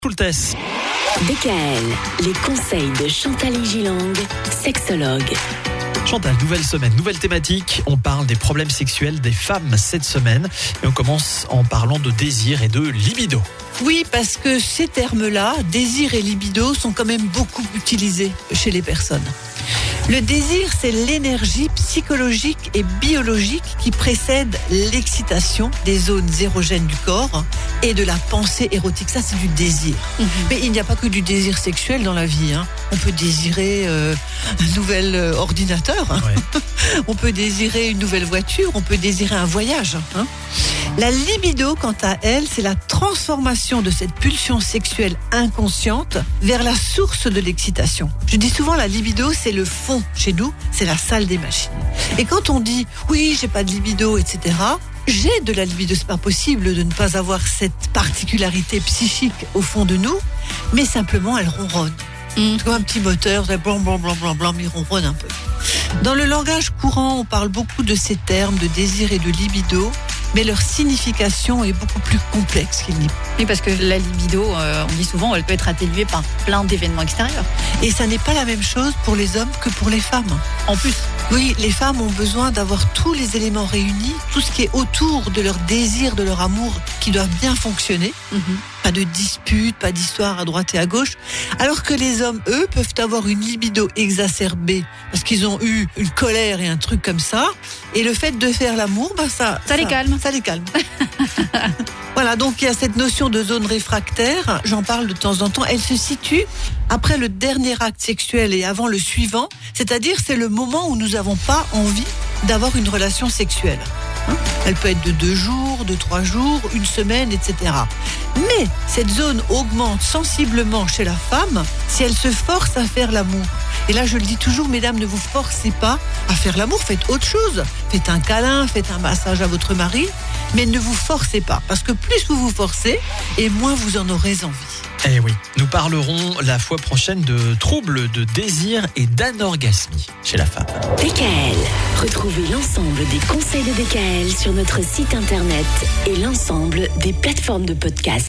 Poultès. DKL, les conseils de Chantal Gilang, sexologue. Chantal, nouvelle semaine, nouvelle thématique. On parle des problèmes sexuels des femmes cette semaine. Et on commence en parlant de désir et de libido. Oui, parce que ces termes-là, désir et libido, sont quand même beaucoup utilisés chez les personnes. Le désir, c'est l'énergie psychologique et biologique qui précède l'excitation des zones érogènes du corps et de la pensée érotique. Ça, c'est du désir. Mais il n'y a pas que du désir sexuel dans la vie. On peut désirer un nouvel ordinateur. Ouais. On peut désirer une nouvelle voiture. On peut désirer un voyage. La libido, quant à elle, c'est la transformation de cette pulsion sexuelle inconsciente vers la source de l'excitation. Je dis souvent la libido, c'est le fond chez nous, c'est la salle des machines. Et quand on dit « oui, j'ai pas de libido, etc. », j'ai de la libido, c'est pas possible de ne pas avoir cette particularité psychique au fond de nous, mais simplement elle ronronne. C'est comme un petit moteur, blanc, blanc, blanc, blanc, blanc, mais il ronronne un peu. Dans le langage courant, on parle beaucoup de ces termes de désir et de libido, mais leur signification est beaucoup plus complexe qu'il n'y paraît. Oui, parce que la libido, on dit souvent, elle peut être atténuée par plein d'événements extérieurs. Et ça n'est pas la même chose pour les hommes que pour les femmes. En plus. Oui, les femmes ont besoin d'avoir tous les éléments réunis, tout ce qui est autour de leur désir, de leur amour, qui doivent bien fonctionner. Pas de disputes, pas d'histoire à droite et à gauche. Alors que les hommes, eux, peuvent avoir une libido exacerbée parce qu'ils ont eu une colère et un truc comme ça. Et le fait de faire l'amour, ça les calme. Ça les calme. Voilà, donc il y a cette notion de zone réfractaire. J'en parle de temps en temps. Elle se situe après le dernier acte sexuel et avant le suivant. C'est-à-dire, c'est le moment où nous n'avons pas envie d'avoir une relation sexuelle. Elle peut être de 2 jours, de 3 jours, 1 semaine, etc. Mais cette zone augmente sensiblement chez la femme si elle se force à faire l'amour. Et là, je le dis toujours, mesdames, ne vous forcez pas à faire l'amour, faites autre chose. Faites un câlin, faites un massage à votre mari, mais ne vous forcez pas. Parce que plus vous vous forcez, et moins vous en aurez envie. Eh oui, nous parlerons la fois prochaine de troubles de désir et d'anorgasmie chez la femme. DKL, retrouvez l'ensemble des conseils de DKL sur notre site internet et l'ensemble des plateformes de podcast.